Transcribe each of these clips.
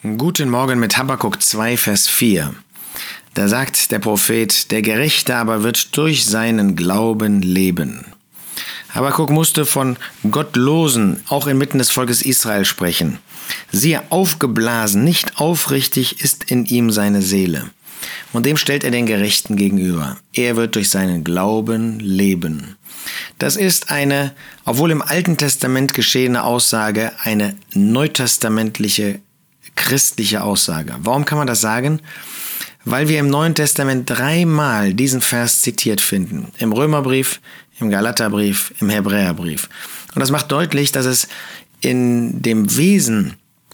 Guten Morgen mit Habakuk 2, Vers 4. Da sagt der Prophet, der Gerechte aber wird durch seinen Glauben leben. Habakuk musste von Gottlosen, auch inmitten des Volkes Israel sprechen. Siehe, aufgeblasen, nicht aufrichtig ist in ihm seine Seele. Und dem stellt er den Gerechten gegenüber. Er wird durch seinen Glauben leben. Das ist eine, obwohl im Alten Testament geschehene Aussage, eine neutestamentliche christliche Aussage. Warum kann man das sagen? Weil wir im Neuen Testament 3-mal diesen Vers zitiert finden. Im Römerbrief, im Galaterbrief, im Hebräerbrief. Und das macht deutlich, dass es in dem Wesen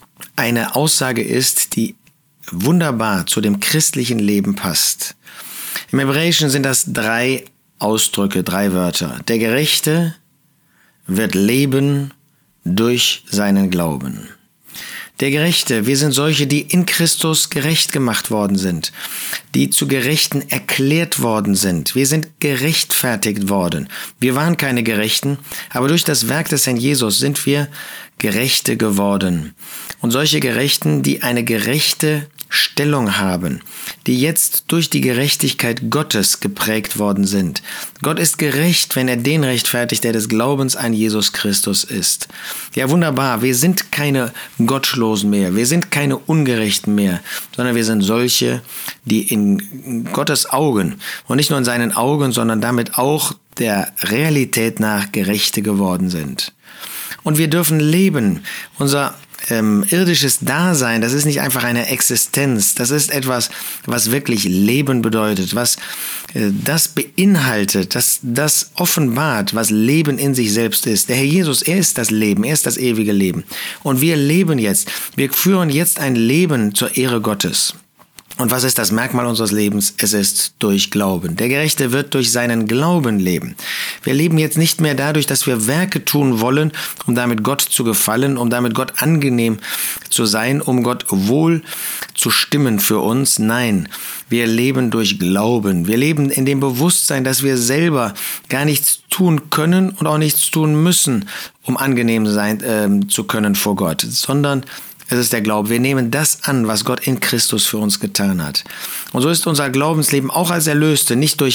eine Aussage ist, die wunderbar zu dem christlichen Leben passt. Im Hebräischen sind das 3 Ausdrücke, 3 Wörter. Der Gerechte wird leben durch seinen Glauben. Der Gerechte, wir sind solche, die in Christus gerecht gemacht worden sind, die zu Gerechten erklärt worden sind. Wir sind gerechtfertigt worden. Wir waren keine Gerechten, aber durch das Werk des Herrn Jesus sind wir Gerechte geworden. Und solche Gerechten, die eine gerechte Stellung haben, die jetzt durch die Gerechtigkeit Gottes geprägt worden sind. Gott ist gerecht, wenn er den rechtfertigt, der des Glaubens an Jesus Christus ist. Ja, wunderbar, wir sind keine Gottlosen mehr, wir sind keine Ungerechten mehr, sondern wir sind solche, die in Gottes Augen und nicht nur in seinen Augen, sondern damit auch der Realität nach Gerechte geworden sind. Und wir dürfen leben. Unser irdisches Dasein, das ist nicht einfach eine Existenz, das ist etwas, was wirklich Leben bedeutet, was das beinhaltet, das offenbart, was Leben in sich selbst ist. Der Herr Jesus, er ist das Leben, er ist das ewige Leben. Und wir leben jetzt, wir führen jetzt ein Leben zur Ehre Gottes. Und was ist das Merkmal unseres Lebens? Es ist durch Glauben. Der Gerechte wird durch seinen Glauben leben. Wir leben jetzt nicht mehr dadurch, dass wir Werke tun wollen, um damit Gott zu gefallen, um damit Gott angenehm zu sein, um Gott wohl zu stimmen für uns. Nein, wir leben durch Glauben. Wir leben in dem Bewusstsein, dass wir selber gar nichts tun können und auch nichts tun müssen, um angenehm sein zu können vor Gott, sondern es ist der Glaube. Wir nehmen das an, was Gott in Christus für uns getan hat. Und so ist unser Glaubensleben auch als Erlöste nicht durch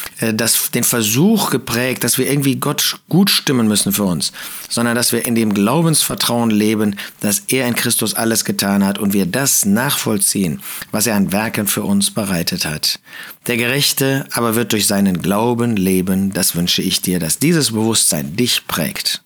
den Versuch geprägt, dass wir irgendwie Gott gut stimmen müssen für uns, sondern dass wir in dem Glaubensvertrauen leben, dass er in Christus alles getan hat und wir das nachvollziehen, was er an Werken für uns bereitet hat. Der Gerechte aber wird durch seinen Glauben leben. Das wünsche ich dir, dass dieses Bewusstsein dich prägt.